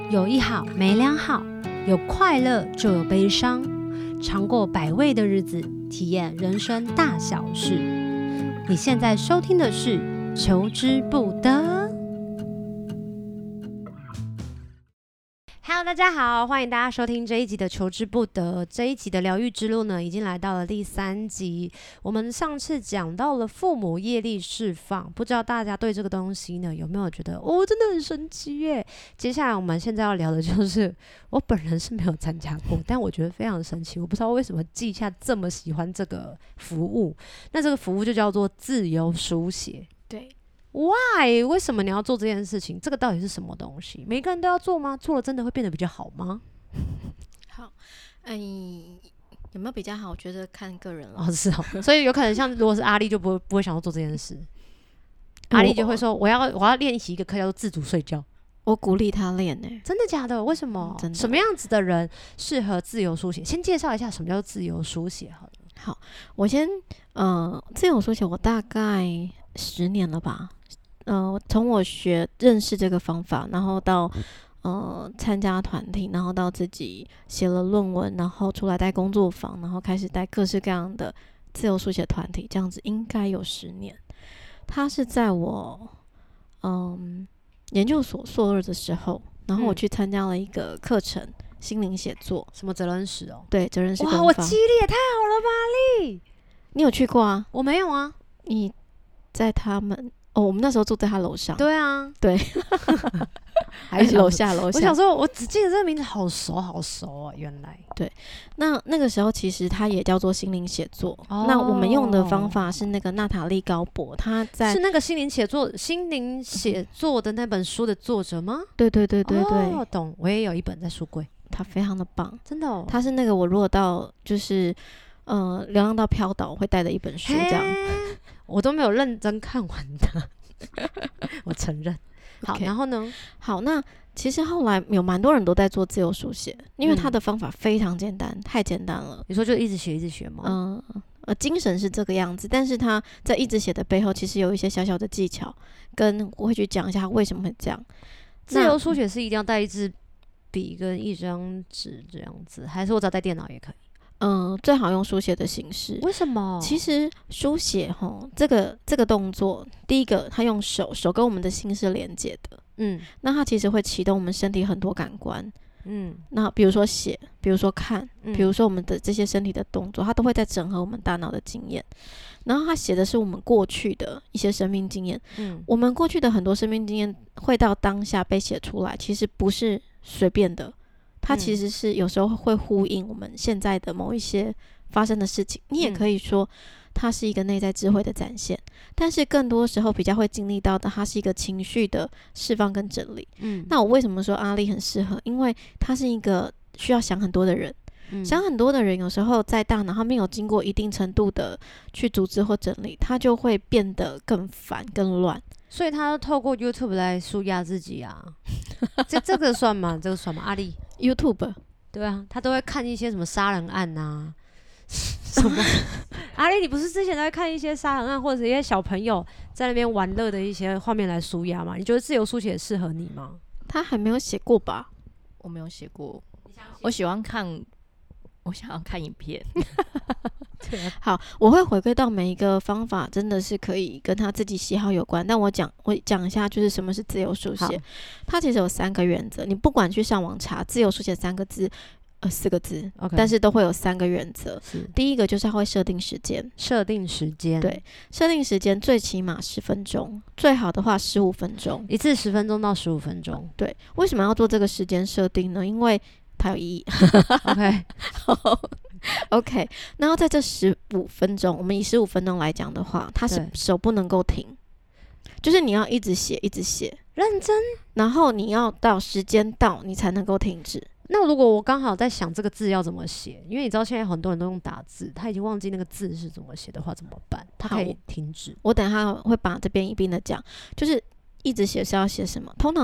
有一好没两好，有快乐就有悲伤，尝过百味的日子，体验人生大小事。你现在收听的是求之不得。Hello， 大家好，欢迎大家收听这一集的求之不得。这一集的疗愈之路呢，已经来到了第3集。我们上次讲到了父母业力释放，不知道大家对这个东西呢有没有觉得真的很神奇耶？接下来我们现在要聊的就是我本人是没有参加过，但我觉得非常神奇。我不知道为什么记下这么喜欢这个服务。那这个服务就叫做自由书写。 对。 Why？ 为什么你要做这件事情？这个到底是什么东西？每个人都要做吗？做了真的会变得比较好吗？ 好，有没有比较好？我觉得看个人了。 是哦，所以有可能像如果是阿丽就不会想要做这件事，阿丽就会说我要练习一个课叫做自主睡觉。 我鼓励他练呢。 真的假的？为什么？ 真的。 什么样子的人适合自由书写？先介绍一下什么叫自由书写好了。 好，我先自由书写我大概10年了吧。从我认识这个方法，然后到参加团体，然后到自己写了论文，然后出来带工作坊，然后开始带各式各样的自由书写团体，这样子应该有10年。它是在我研究所硕2的时候，然后我去参加了一个课程，心灵写作， 什么责任史哦？ 对，责任史工坊。 哇，我激励也太好了吧，丽！ 你有去过啊？ 我没有啊。 你在他们我们那时候住在他楼上。 对啊， 对，还是楼下。 我想说，我只记得这个名字好熟好熟啊，原来。 对，那个时候其实它也叫做心灵写作。那我们用的方法是那个娜塔莉高博，他在是那个心灵写作的那本书的作者吗？ 对， 懂。我也有一本在书柜， 他非常的棒， 真的哦。 他是那个我如果到就是流浪到飘岛会带的一本书，这样。 我都没有认真看完的，我承认。好， okay. 然后呢？ 好，那其实后来有蛮多人都在做自由书写，因为他的方法非常简单，太简单了。 你说就一直写一直写吗？ 精神是这个样子，但是他在一直写的背后，其实有一些小小的技巧，跟我会去讲一下为什么会这样。 自由书写是一定要带一支笔跟一张纸这样子，还是我只要带电脑也可以？ 最好用书写的形式。 为什么？ 其实书写这个动作，第一个它用手跟我们的心是连接的，那它其实会启动我们身体很多感官，那比如说写，比如说看，比如说我们的这些身体的动作，它都会在整合我们大脑的经验。然后它写的是我们过去的一些生命经验，我们过去的很多生命经验会到当下被写出来，其实不是随便的。它其实是有时候会呼应我们现在的某一些发生的事情，你也可以说它是一个内在智慧的展现，但是更多时候比较会经历到的，它是一个情绪的释放跟整理。那我为什么说阿丽很适合？因为他是一个需要想很多的人，想很多的人有时候在大脑他没有经过一定程度的去组织或整理，他就会变得更烦更乱。 所以他透过 YouTube 来抒压自己啊。这个算吗？这个算吗？阿丽 YouTube 对啊，他都会看一些什么杀人案啊什么阿丽，你不是之前都会看一些杀人案或者一些小朋友在那边玩乐的一些画面来抒压吗？你觉得自由书写适合你吗？ 他还没有写过吧？ 我没有写过，我想要看影片。 好，我会回归到每一个方法真的是可以跟他自己喜好有关，但我讲一下就是什么是自由书写。它其实有3个原则，你不管去上网查自由书写4个字，但是都会有3个原则。第一个就是它会设定时间，对，设定时间最起码10分钟，最好的话15分钟， 一次10分钟到15分钟。 对，为什么要做这个时间设定呢？因为它有意义。OK， 然后在这15分钟，我们以15分钟来讲的话，它是手不能够停，就是你要一直写一直写， 认真， 然后你要到时间到你才能够停止。 那如果我刚好在想这个字要怎么写，因为你知道现在很多人都用打字，他已经忘记那个字是怎么写的话怎么办？他可以停止。 我等一下会把这边一并的讲，就是一直写是要写什么。通常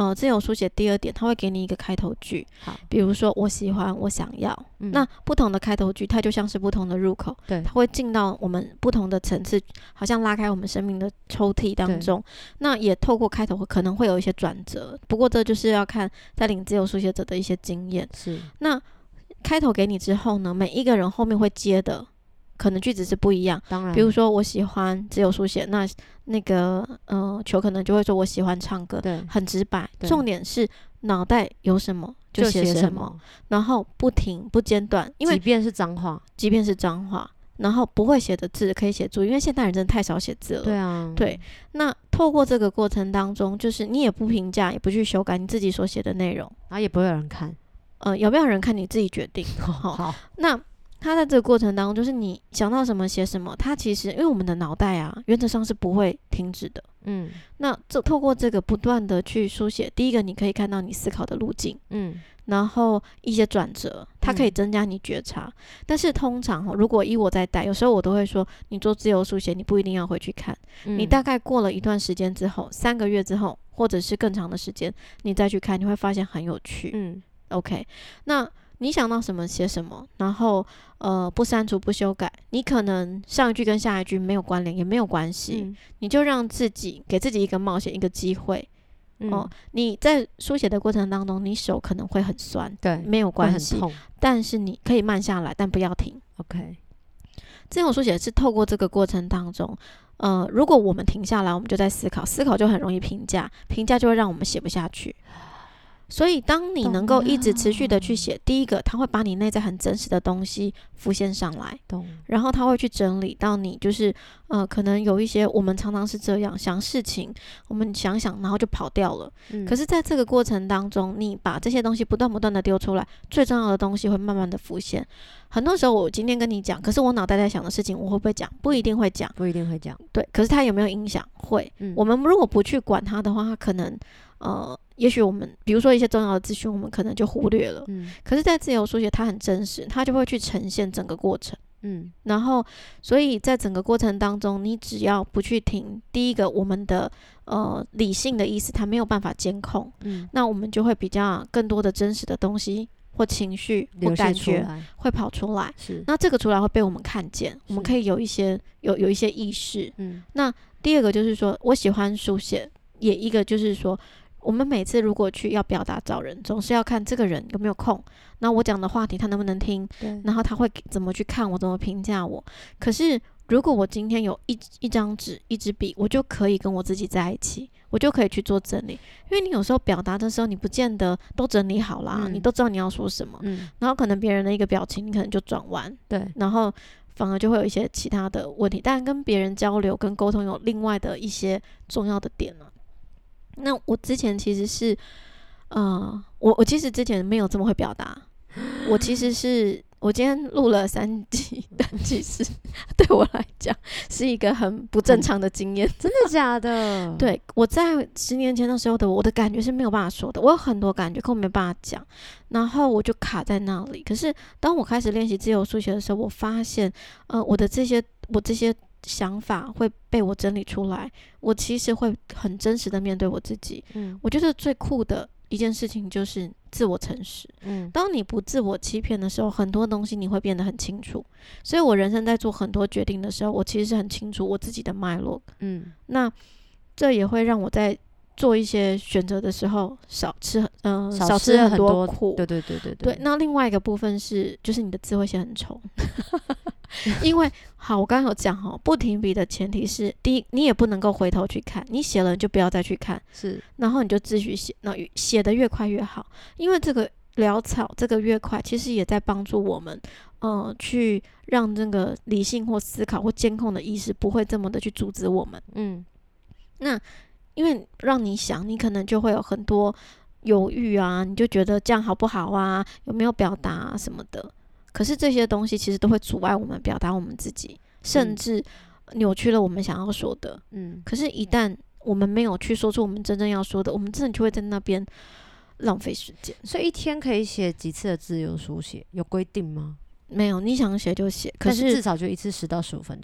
自由书写第2点，它会给你一个开头句， 好， 比如说我喜欢，我想要，那不同的开头句，它就像是不同的入口， 对， 它会进到我们不同的层次，好像拉开我们生命的抽屉当中。那也透过开头可能会有一些转折，不过这就是要看带领自由书写者的一些经验。 是， 那开头给你之后呢，每一个人后面会接的可能句子是不一样， 当然， 比如说我喜欢自由书写，那个球可能就会说我喜欢唱歌， 对， 很直白。重点是脑袋有什么就写什么，然后不停不间断，因为即便是脏话， 然后不会写的字可以写注，因为现代人真的太少写字了。 对啊， 对。那透过这个过程当中，就是你也不评价，也不去修改你自己所写的内容， 然后也不会有人看， 有没有人看你自己决定。 好， 那他在这个过程当中，就是你想到什么写什么，他其实因为我们的脑袋啊，原则上是不会停止的。那透过这个不断的去书写，第一个你可以看到你思考的路径，然后一些转折，它可以增加你觉察。但是通常如果依我在带，有时候我都会说，你做自由书写，你不一定要回去看，你大概过了一段时间之后，3个月之后，或者是更长的时间，你再去看，你会发现很有趣。OK， 那你想到什么写什么，然后不删除不修改，你可能上一句跟下一句没有关联也没有关系，你就让给自己一个冒险，一个机会。你在书写的过程当中，你手可能会很酸， 对， 没有关系， 很痛， 但是你可以慢下来，但不要停。 OK， 这种书写是透过这个过程当中，如果我们停下来，我们就在思考就很容易评价就会让我们写不下去。所以当你能够一直持续的去写，第一个它会把你内在很真实的东西浮现上来，然后它会去整理到你就是可能有一些我们常常是这样想事情，我们想想然后就跑掉了，可是在这个过程当中，你把这些东西不断的丢出来，最重要的东西会慢慢的浮现。很多时候我今天跟你讲，可是我脑袋在想的事情我会不会讲？不一定会讲，对，可是它有没有影响？会。我们如果不去管它的话，它可能也许我们比如说一些重要的资讯我们可能就忽略了，可是在自由书写它很真实，它就会去呈现整个过程。然后所以在整个过程当中，你只要不去停，第一个我们的理性的意思它没有办法监控，那我们就会比较更多的真实的东西或情绪或感觉会跑出来，那这个出来会被我们看见，我们可以有一些意识。那第二个就是说我喜欢书写，也一个就是说我们每次如果去要表达找人，总是要看这个人有没有空，那我讲的话题他能不能听，然后他会怎么去看我，怎么评价我。可是如果我今天有一张纸一支笔，我就可以跟我自己在一起，我就可以去做整理。因为你有时候表达的时候你不见得都整理好啦，你都知道你要说什么，然后可能别人的一个表情你可能就转弯，对，然后反而就会有一些其他的问题。当然跟别人交流跟沟通有另外的一些重要的点了。那我之前其实是我其实之前没有这么会表达，我其实是我今天录了3集，但其实对我来讲是一个很不正常的经验。 真的假的？ 对，我在10年前的时候我的感觉是没有办法说的，我有很多感觉可我没办法讲，然后我就卡在那里。可是当我开始练习自由书写的时候，我发现我这些想法会被我整理出来，我其实会很真实的面对我自己。我觉得最酷的一件事情就是自我诚实。当你不自我欺骗的时候，很多东西你会变得很清楚。所以我人生在做很多决定的时候，我其实是很清楚我自己的脉络。那这也会让我在做一些选择的时候少吃很多苦。对。那另外一个部分是就是你的字会写很丑。因为好，我刚刚有讲不停笔的前提是，第一，你也不能够回头去看，你写了你就不要再去看，然后你就继续写，那写得越快越好，因为这个潦草，这个越快，其实也在帮助我们，去让这个理性或思考或监控的意识不会这么的去阻止我们。那因为让你想，你可能就会有很多犹豫啊，你就觉得这样好不好啊，有没有表达啊什么的。可是这些东西其实都会阻碍我们表达我们自己，甚至扭曲了我们想要说的。可是一旦我们没有去说出我们真正要说的，我们真的就会在那边浪费时间。 所以一天可以写几次的自由书写？有规定吗？ 没有，你想写就写，可是至少就一次10到15分钟。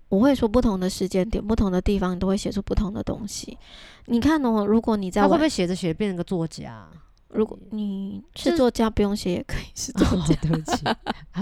我会说不同的时间点、不同的地方，你都会写出不同的东西。你看哦，如果你在他会不会写着写着变成个作家？ 如果你是作家，不用写也可以是作家。 对不起，很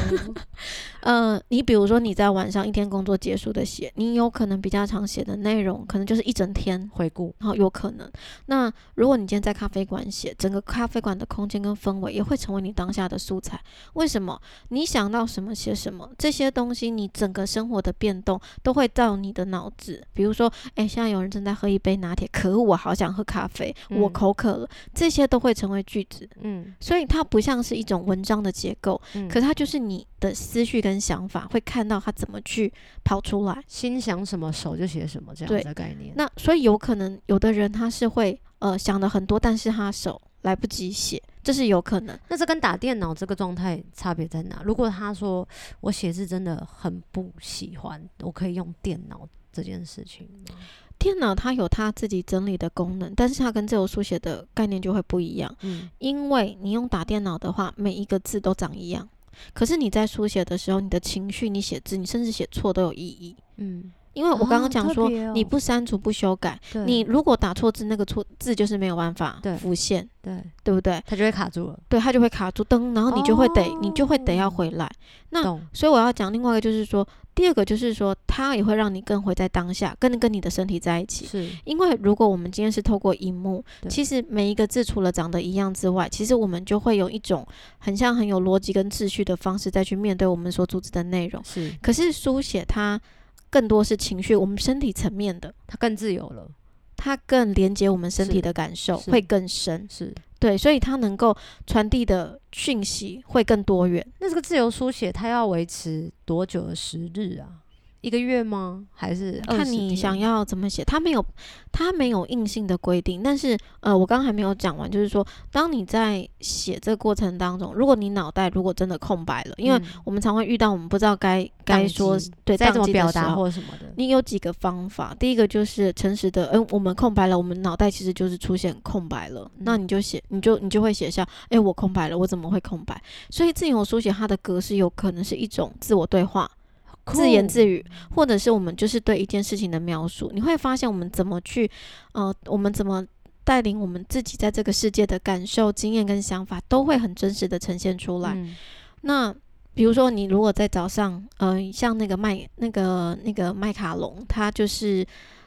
wrong。 你比如说你在晚上一天工作结束的写，你有可能比较常写的内容，可能就是一整天回顾， 然后有可能。那如果你今天在咖啡馆写，整个咖啡馆的空间跟氛围也会成为你当下的素材。为什么？你想到什么写什么，这些东西你整个生活的变动都会到你的脑子。比如说，现在有人正在喝一杯拿铁，可恶，我好想喝咖啡，我口渴了，这些都会成为句子。所以它不像是一种文章的结构，可它就是你的思绪跟想法会看到它怎么去跑出来， 心想什么手就写什么这样的概念。 那所以有可能有的人他是会想的很多，但是他手来不及写，这是有可能。 那这跟打电脑这个状态差别在哪？如果他说我写字真的很不喜欢，我可以用电脑这件事情吗？ 电脑它有它自己整理的功能，但是它跟自由书写的概念就会不一样。因为你用打电脑的话，每一个字都长一样，可是你在书写的时候，你的情绪、你写字，你甚至写错都有意义。因为我刚刚讲说，你不删除不修改，你如果打错字，那个错字就是没有办法浮现，对不对？ 它就会卡住了。 对，它就会卡住灯，然后你就会得要回来。那所以我要讲另外一个就是说，第二个就是说，它也会让你更回在当下，跟你的身体在一起。 是因为如果我们今天是透过荧幕，其实每一个字除了长得一样之外，其实我们就会有一种很有逻辑跟秩序的方式再去面对我们所组织的内容。可是书写它更多是情绪，我们身体层面的， 它更自由了， 它更连接我们身体的感受，会更深。对，所以它能够传递的讯息会更多元。 那这个自由书写它要维持多久的时日啊？1个月吗？还是20天？ 看你想要怎么写，它没有硬性的规定。但是我刚刚还没有讲完，就是说，当你在写这个过程当中，如果你脑袋如果真的空白了，因为我们常会遇到我们不知道该说对该怎么表达或什么的， 你有几个方法。第一个就是诚实的，我们空白了，我们脑袋其实就是出现空白了，那你就写，你就会写下，我空白了，我怎么会空白？所以自由书写它的格式有可能是一种自我对话。自言自语，或者是我们就是对一件事情的描述，你会发现我们怎么去我们怎么带领我们自己在这个世界的感受、经验跟想法，都会很真实的呈现出来。那比如说，你如果在早上，像那个麦卡龙，它就是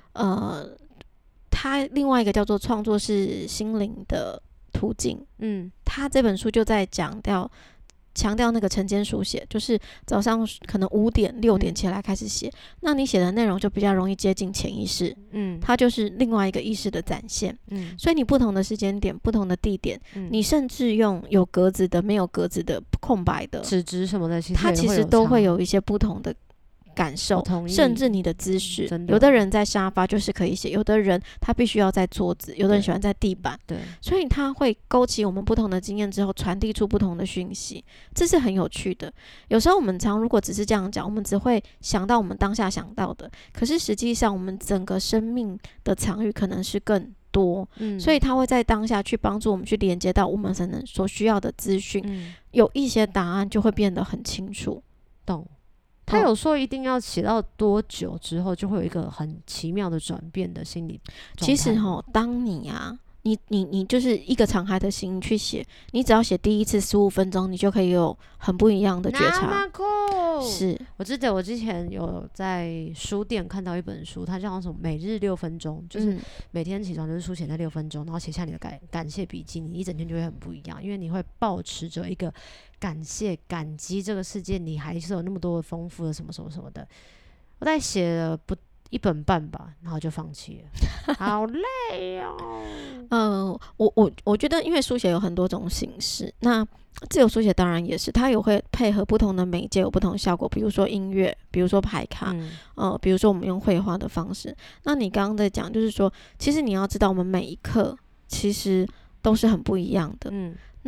它另外一个叫做创作是心灵的途径。他这本书就在强调那个晨间书写，就是早上可能5点6点起来开始写，那你写的内容就比较容易接近潜意识，它就是另外一个意识的展现。所以你不同的时间点、不同的地点，你甚至用有格子的、没有格子的、空白的纸质什么的， 它其实都会有一些不同的感受，甚至你的姿势。有的人在沙发就是可以写，有的人他必须要在桌子，有的人喜欢在地板。所以他会勾起我们不同的经验之后，传递出不同的讯息，这是很有趣的。有时候我们如果只是这样讲，我们只会想到我们当下想到的，可是实际上我们整个生命的场域可能是更多。所以他会在当下去帮助我们去连接到我们可能所需要的资讯，有一些答案就会变得很清楚。 懂。他有说一定要写到多久之后就会有一个很奇妙的转变的心理状态。 其实当你你就是一个敞开的心去写，你只要写第一次15分钟，你就可以有很不一样的觉察。 那么酷！ 是我记得我之前有在书店看到一本书，它叫什么每日6分钟，就是每天起床就是书写那6分钟，然后写下你的感谢笔记，你一整天就会很不一样，因为你会抱持着一个感激这个世界，你还是有那么多的丰富的什么什么什么的。我在写了1本半吧，然后就放弃了，好累哦。 我觉得，因为书写有很多种形式，那自由书写当然也是，它也会配合不同的媒介有不同的效果，比如说音乐，比如说牌卡，比如说我们用绘画的方式。那你刚刚在讲，就是说，其实你要知道，我们每一刻其实都是很不一样的。那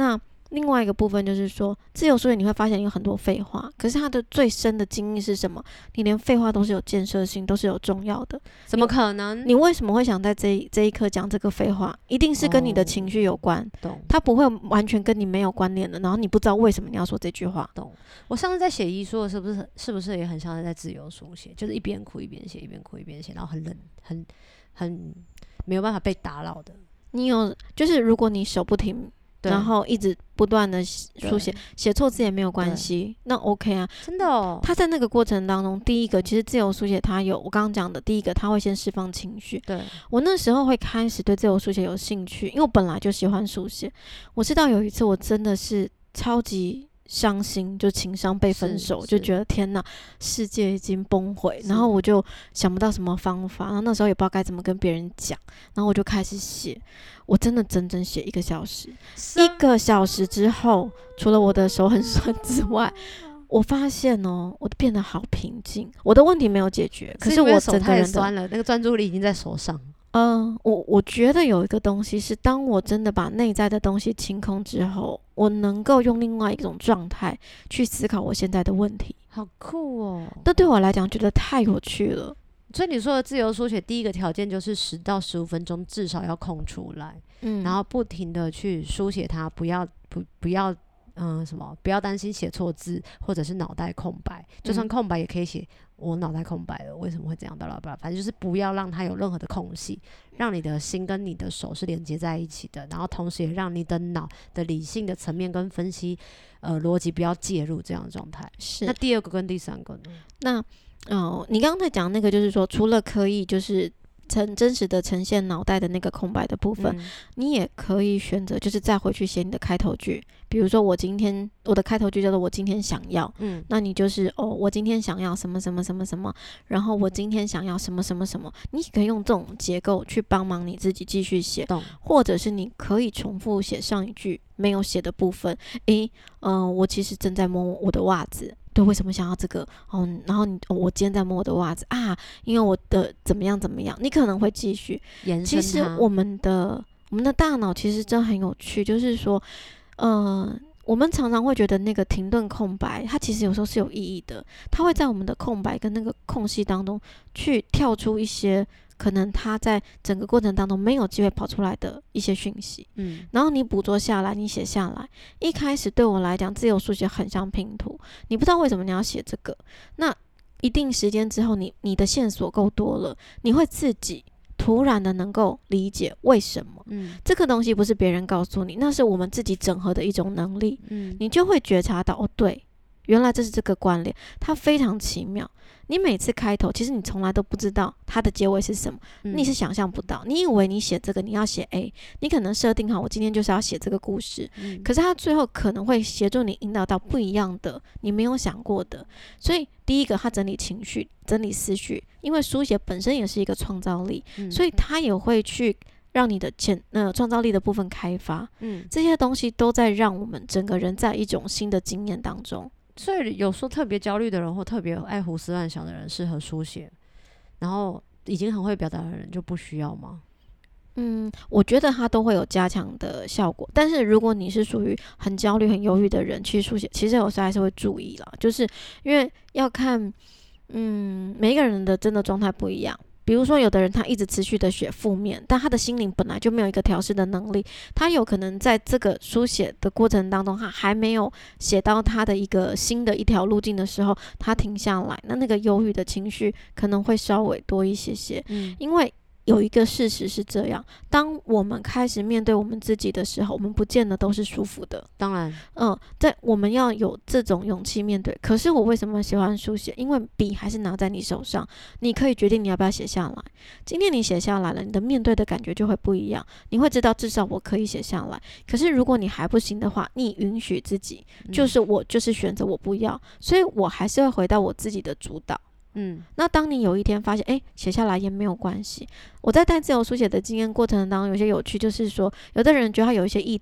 另外一个部分就是说，自由书写你会发现有很多废话，可是它的最深的精义是什么？你连废话都是有建设性，都是有重要的。 怎么可能？ 你为什么会想在这一刻讲这个废话？一定是跟你的情绪有关，它不会完全跟你没有关联的。然后你不知道为什么你要说这句话。 懂。我上次在写遗书的是不是也很像在自由书写？就是一边哭一边写，一边哭一边写，然后很冷，很没有办法被打扰的。 你有就是如果你手不停。然后一直不断的书写，写错字也没有关系，那 OK 啊， 真的哦。 他在那个过程当中，第一个其实自由书写，他有我刚刚讲的，第一个他会先释放情绪。 对， 我那时候会开始对自由书写有兴趣，因为我本来就喜欢书写。我知道有一次我真的是超级伤心，就情伤被分手，就觉得天哪，世界已经崩毁，然后我就想不到什么方法，然后那时候也不知道该怎么跟别人讲，然后我就开始写。我真的整整写1个小时，1个小时之后，除了我的手很酸之外，我发现我变得好平静。我的问题没有解决，可是我整个人的手太酸了，那个专注力已经在手上。 我觉得有一个东西是，当我真的把内在的东西清空之后，我能够用另外一种状态去思考我现在的问题。 好酷哦！ 这对我来讲觉得太有趣了。 所以你说的自由书写，第一个条件就是10到15分钟至少要空出来，然后不停的去书写它，不要不要担心写错字，或者是脑袋空白，就算空白也可以写我脑袋空白了，为什么会这样？巴拉巴拉，反正就是不要让它有任何的空隙，让你的心跟你的手是连接在一起的，然后同时也让你的脑的理性的层面跟分析逻辑不要介入这样的状态。 是。 那第二个跟第三个呢？ 那你刚刚在讲那个，就是说，除了可以就是真实的呈现脑袋的那个空白的部分，你也可以选择就是再回去写你的开头句。比如说我的开头句叫做我今天想要，那你就是我今天想要什么什么什么什么，然后我今天想要什么什么什么，你可以用这种结构去帮忙你自己继续写，或者是你可以重复写上一句没有写的部分。我其实正在摸我的袜子。对，为什么想要这个？然后我今天在摸我的袜子啊，因为我的怎么样怎么样，你可能会继续延伸它。 其实我们的大脑其实真的很有趣，就是说，我们常常会觉得那个停顿空白，它其实有时候是有意义的，它会在我们的空白跟那个空隙当中去跳出一些。可能他在整个过程当中没有机会跑出来的一些讯息，然后你捕捉下来，你写下来。一开始对我来讲，自由书写很像拼图，你不知道为什么你要写这个。那一定时间之后，你的线索够多了，你会自己突然的能够理解为什么。这个东西不是别人告诉你，那是我们自己整合的一种能力。你就会觉察到，对，原来这是这个关联，它非常奇妙。你每次开头，其实你从来都不知道它的结尾是什么，你是想象不到。你以为你写这个，你要写 A， 你可能设定好，我今天就是要写这个故事，可是它最后可能会协助你引导到不一样的，你没有想过的。所以第一个，它整理情绪，整理思绪，因为书写本身也是一个创造力，所以它也会去让你的创造力的部分开发。这些东西都在让我们整个人在一种新的经验当中。 所以有说特别焦虑的人或特别爱胡思乱想的人适合书写，然后已经很会表达的人就不需要吗？ 我觉得它都会有加强的效果，但是如果你是属于很焦虑、很忧郁的人去书写，其实有时候还是会注意啦，就是因为要看，每一个人的真的状态不一样。比如说有的人他一直持续的写负面，但他的心灵本来就没有一个调试的能力，他有可能在这个书写的过程当中，他还没有写到他的一个新的一条路径的时候，他停下来，那个忧郁的情绪可能会稍微多一些些。因为有一个事实是这样，当我们开始面对我们自己的时候，我们不见得都是舒服的。 当然， 我们要有这种勇气面对。可是我为什么喜欢书写？因为笔还是拿在你手上，你可以决定你要不要写下来。今天你写下来了，你的面对的感觉就会不一样。你会知道至少我可以写下来。可是如果你还不行的话，你允许自己，就是我就是选择我不要，所以我还是会回到我自己的主导。那当你有一天发现，写下来也没有关系。我在带自由书写的经验过程当中，有些有趣，就是说，有的人觉得他有一些议题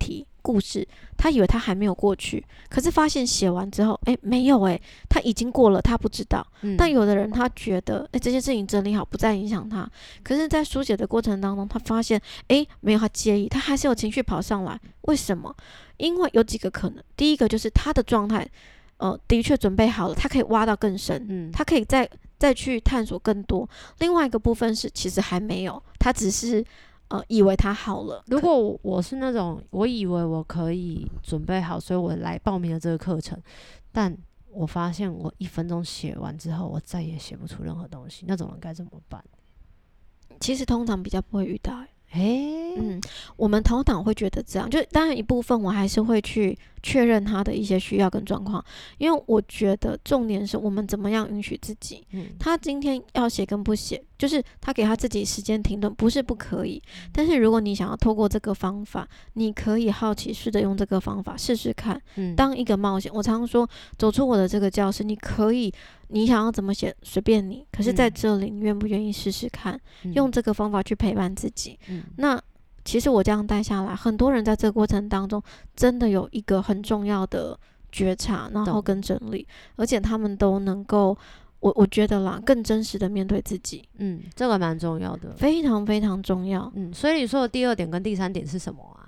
故事，他以为他还没有过去，可是发现写完之后，没有他已经过了，他不知道。但有的人他觉得，这件事情整理好，不再影响他。可是，在书写的过程当中，他发现，没有他介意，他还是有情绪跑上来。为什么？因为有几个可能。第一个就是他的状态，的确准备好了，他可以挖到更深，他可以再去探索更多。另外一个部分是，其实还没有，他只是。以为他好了。 如果我是那种我以为我可以准备好，所以我来报名了这个课程，但我发现我1分钟写完之后，我再也写不出任何东西，那种人该怎么办？ 其实通常比较不会遇到。我们头脑会觉得这样，就当然一部分我还是会去确认他的一些需要跟状况，因为我觉得重点是我们怎么样允许自己。他今天要写跟不写，就是他给他自己时间停顿，不是不可以。但是如果你想要透过这个方法，你可以好奇试着用这个方法试试看，当一个冒险。我常说，走出我的这个教室，你想要怎么写随便你，可是在这里你愿不愿意试试看，用这个方法去陪伴自己。那其实我这样带下来，很多人在这个过程当中真的有一个很重要的觉察，然后跟整理，而且他们都能够我觉得啦，更真实的面对自己。 这个蛮重要的， 非常非常重要。 所以你说的第2点跟第3点是什么啊？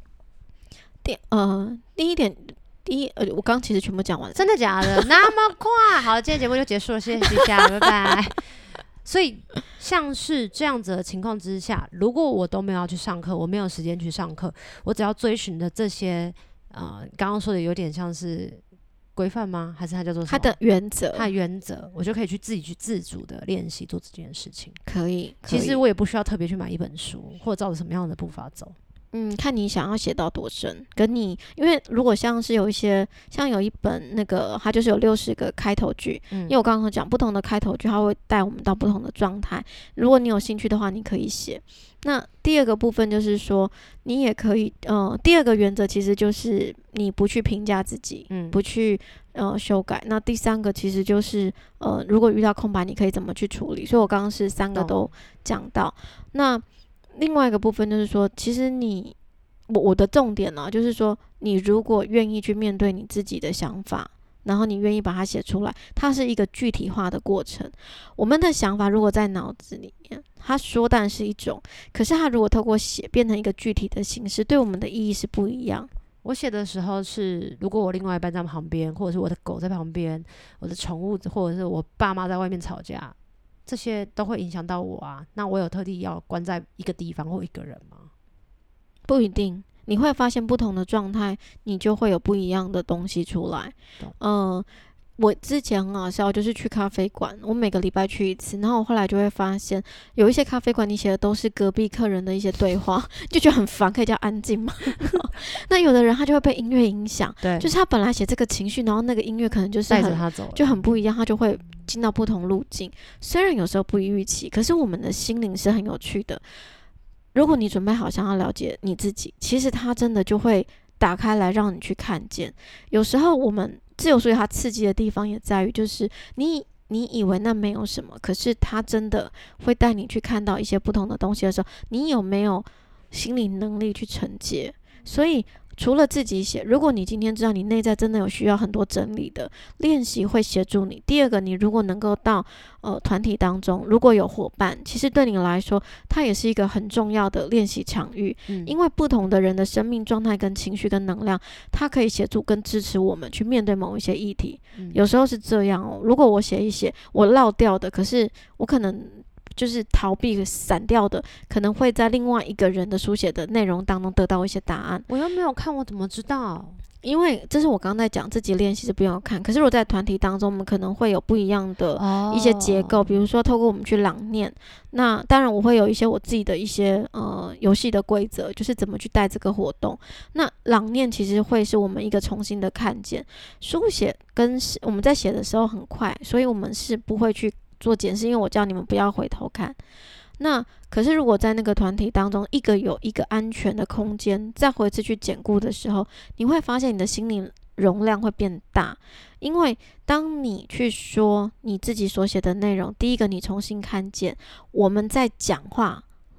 第一点。我刚刚其实全部讲完了。 真的假的？那么快？好，今天节目就结束了，谢谢大家，拜拜。所以像是这样子的情况之下，如果我都没有要去上课，我没有时间去上课，我只要追寻的这些刚刚说的有点像是规范吗？还是它叫做什么？ 它的原则， 我就可以自己去自主的练习做这件事情。 可以。 其实我也不需要特别去买一本书，或者照着什么样的步伐走。 看你想要写到多深，因为如果像有一本那个，它就是有60个开头句，因为我刚刚讲不同的开头句，它会带我们到不同的状态。如果你有兴趣的话，你可以写。那第2个部分就是说，你也可以，第2个原则其实就是你不去评价自己，不去修改。那第3个其实就是如果遇到空白，你可以怎么去处理。所以我刚刚是3个都讲到。那另外一个部分就是说，其实我的重点呢，就是说，你如果愿意去面对你自己的想法，然后你愿意把它写出来，它是一个具体化的过程。我们的想法如果在脑子里面，它说当然是一种，可是它如果透过写变成一个具体的形式，对我们的意义是不一样。 我写的时候是，如果我另外一半在旁边，或者是我的狗在旁边，我的宠物，或者是我爸妈在外面吵架，这些都会影响到我啊。那我有特地要关在一个地方或一个人吗？ 不一定，你会发现不同的状态，你就会有不一样的东西出来。我之前很好笑，就是去咖啡馆，我每个礼拜去一次，然后我后来就会发现，有一些咖啡馆你写的都是隔壁客人的一些对话，就觉得很烦，可以叫安静吗？那有的人他就会被音乐影响， 对， 就是他本来写这个情绪，然后那个音乐可能就是带着他走， 就很不一样，他就会进到不同路径。虽然有时候不预期，可是我们的心灵是很有趣的。如果你准备好想要了解你自己，其实它真的就会打开来让你去看见。有时候我们自由书写它刺激的地方也在于，就是你以为那没有什么，可是它真的会带你去看到一些不同的东西的时候，你有没有心理能力去承接？所以除了自己写，如果你今天知道你内在真的有需要很多整理的，练习会协助你。第2个，你如果能够到团体当中，如果有伙伴，其实对你来说，它也是一个很重要的练习场域。因为不同的人的生命状态跟情绪跟能量，它可以协助跟支持我们去面对某一些议题。有时候是这样哦，如果我写一写，我落掉的，可是我可能就是逃避散掉的，可能会在另外一个人的书写的内容当中得到一些答案。 我又没有看，我怎么知道？ 因为这是我刚刚在讲自己练习是不用看，可是我在团体当中，我们可能会有不一样的一些结构，比如说透过我们去朗念。那当然我会有一些我自己的一些游戏的规则，就是怎么去带这个活动。那朗念其实会是我们一个重新的看见，书写跟我们在写的时候很快，所以我们是不会去做检视，因为我叫你们不要回头看。那可是如果在那个团体当中，有一个安全的空间，再回次去检固的时候，你会发现你的心理容量会变大。因为当你去说你自己所写的内容，第一个你重新看见我们在讲话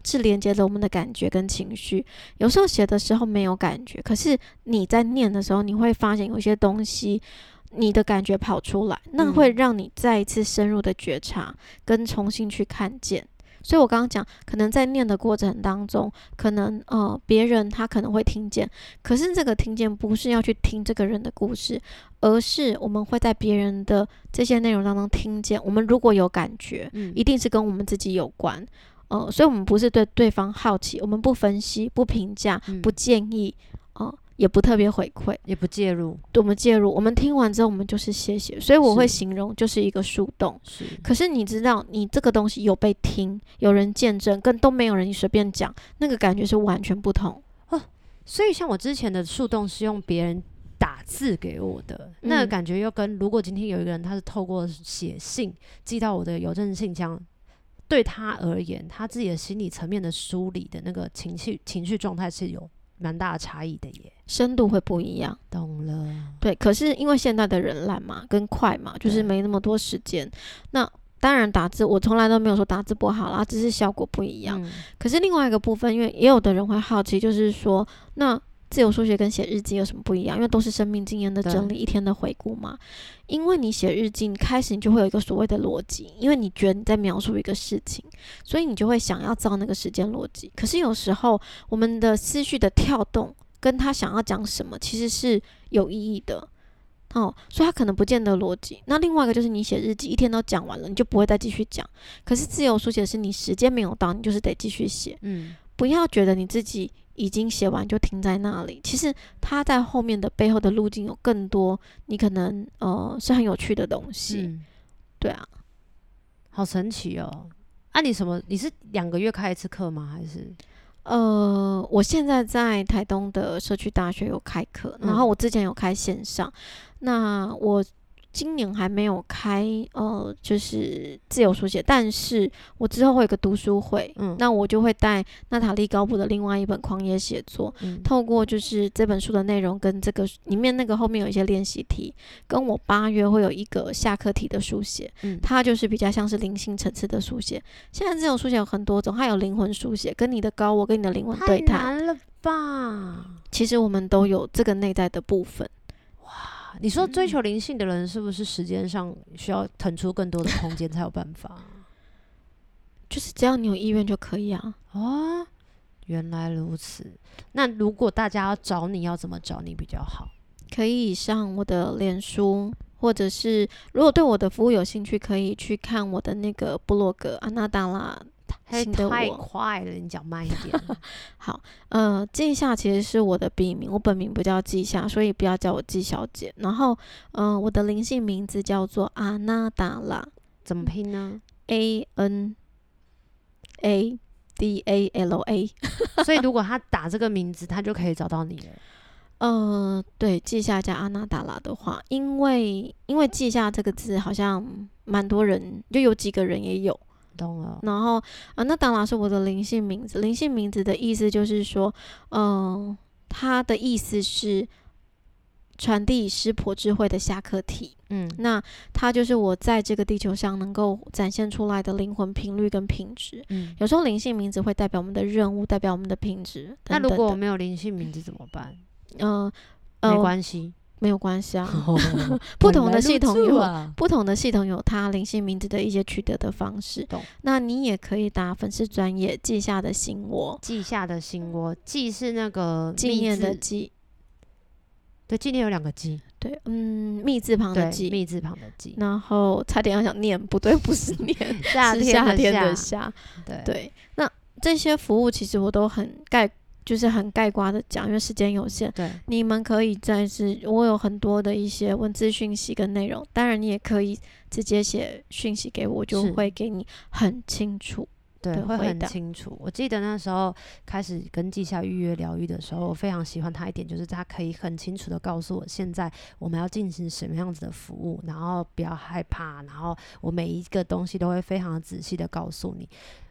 是连接着我们的感觉跟情绪。有时候写的时候没有感觉，可是你在念的时候，你会发现有些东西你的感觉跑出来，那会让你再一次深入的觉察跟重新去看见。所以我刚刚讲，可能在念的过程当中，可能别人他可能会听见，可是这个听见不是要去听这个人的故事，而是我们会在别人的这些内容当中听见。我们如果有感觉，一定是跟我们自己有关。所以我们不是对对方好奇，我们不分析、不评价、不建议，也不特别回馈， 也不介入。 我们介入，我们听完之后，我们就是谢谢。所以我会形容就是一个树洞。可是你知道，你这个东西有被听，有人见证，跟都没有人，你随便讲，那个感觉是完全不同。 所以像我之前的树洞是用别人打字给我的，那个感觉又跟如果今天有一个人他是透过写信寄到我的邮政信箱，对他而言，他自己的心理层面的梳理的那个情绪状态是有蛮大的差异的耶， 深度会不一样。 懂了。 对，可是因为现在的人懒嘛，跟快嘛，就是没那么多时间。那当然打字，我从来都没有说打字不好啦，只是效果不一样。可是另外一个部分，因为也有的人会好奇，就是说，那自由书写跟写日记有什么不一样？因为都是生命经验的整理，一天的回顾嘛。因为你写日记，你开始你就会有一个所谓的逻辑，因为你觉得你在描述一个事情，所以你就会想要照那个时间逻辑。可是有时候我们的思绪的跳动跟他想要讲什么其实是有意义的。所以他可能不见得逻辑。那另外一个就是你写日记，一天都讲完了，你就不会再继续讲。可是自由书写是你时间没有到，你就是得继续写。不要觉得你自己已经写完就停在那里，其实它在后面的背后的路径有更多，你可能是很有趣的东西。对啊， 好神奇哦。你是2个月开一次课吗？还是？ 我现在在台东的社区大学有开课，然后我之前有开线上。那我今年还没有开就是自由书写，但是我之后会有个读书会，那我就会带娜塔莉高布的另外一本狂野写作，透过就是这本书的内容跟这个里面那个后面有一些练习题，跟我8月会有一个下课题的书写，它就是比较像是灵性层次的书写。现在这种书写有很多种，它有灵魂书写，跟你的高我跟你的灵魂对谈。 太难了吧？ 其实我们都有这个内在的部分。 你说追求灵性的人是不是时间上需要腾出更多的空间才有办法？ 就是只要你有意愿就可以啊。 原来如此。那如果大家要找你，要怎么找你比较好？ 可以上我的脸书，或者是如果对我的服务有兴趣，可以去看我的那个部落格阿娜达拉。 太快了，你讲慢一点。 好，季夏其实是我的笔名，我本名不叫季夏，所以不要叫我季小姐。然后，我的灵性名字叫做阿娜达拉， 怎么拼呢 ？ANADALA。 所以如果他打这个名字，他就可以找到你了。 对，季夏加阿娜达拉的话，因为季夏这个字好像蛮多人，就有几个人也有。 懂了。 然后那当然是我的灵性名字。灵性名字的意思就是说，它的意思是传递师婆智慧的下课题。那它就是我在这个地球上能够展现出来的灵魂频率跟品质。有时候灵性名字会代表我们的任务，代表我们的品质等等的。 那如果我没有灵性名字怎么办？没关系。 没有关系啊，不同的系统有它灵性名字的一些取得的方式。那你也可以打粉丝专页记下的心窝， 记下的心窝，记是那个纪念的记， 对，纪念有2个记， 对，密字旁的记， 密字旁的记。 然后差点要想念，不对，不是念，是夏天的夏。对，那这些服务其实我都就是很概括的讲，因为时间有限。 对， 你们可以我有很多的一些文字讯息跟内容，当然你也可以直接写讯息给我，就会给你很清楚的回答。 对，会很清楚。我记得那时候开始跟季夏预约疗愈的时候，我非常喜欢他一点，就是他可以很清楚的告诉我现在我们要进行什么样子的服务，然后不要害怕，然后我每一个东西都会非常仔细的告诉你。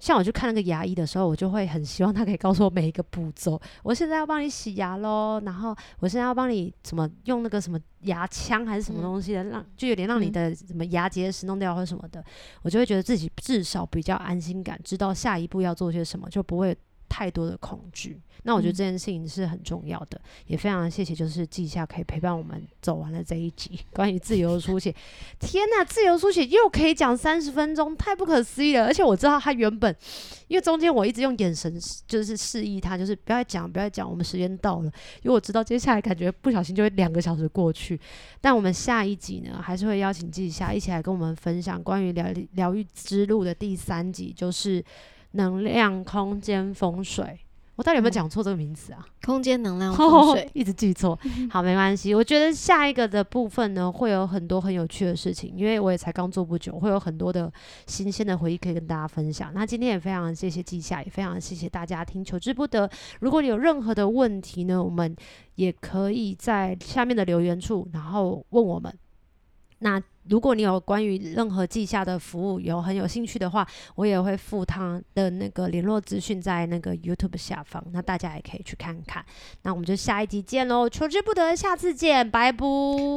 像我去看那个牙医的时候，我就会很希望他可以告诉我每一个步骤。我现在要帮你洗牙咯，然后我现在要帮你什么用那个什么牙枪还是什么东西的，就有点让你的什么牙结石弄掉或什么的，我就会觉得自己至少比较安心感，知道下一步要做些什么，就不会太多的恐惧。那我觉得这件事情是很重要的，也非常的谢谢就是季夏可以陪伴我们走完了这一集关于自由书写。天哪，自由书写又可以讲30分钟，太不可思议了。而且我知道他原本因为中间我一直用眼神就是示意他，就是不要讲，我们时间到了，因为我知道接下来感觉不小心就会2个小时过去。但我们下一集呢，还是会邀请季夏一起来跟我们分享关于疗愈之路的第3集，就是能量空间风水。我到底有没有讲错这个名字啊？ 空间能量风水， 一直记错。好，没关系。我觉得下一个的部分呢，会有很多很有趣的事情，因为我也才刚做不久，会有很多的新鲜的回忆可以跟大家分享。那今天也非常谢谢季夏，也非常谢谢大家听求之不得。如果你有任何的问题呢，我们也可以在下面的留言处，然后问我们。那如果你有关于任何季夏的服务很有兴趣的话，我也会附他的那个联络资讯在那个 YouTube 下方，那大家也可以去看看。那我们就下一集见咯，求之不得，下次见，拜拜。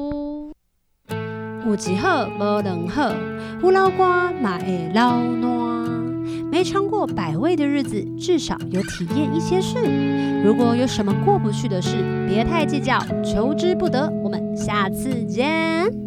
有一好没两好，有老瓜嘛会老烂。没尝过百味的日子，至少有体验一些事。如果有什么过不去的事，别太计较，求之不得。我们下次见。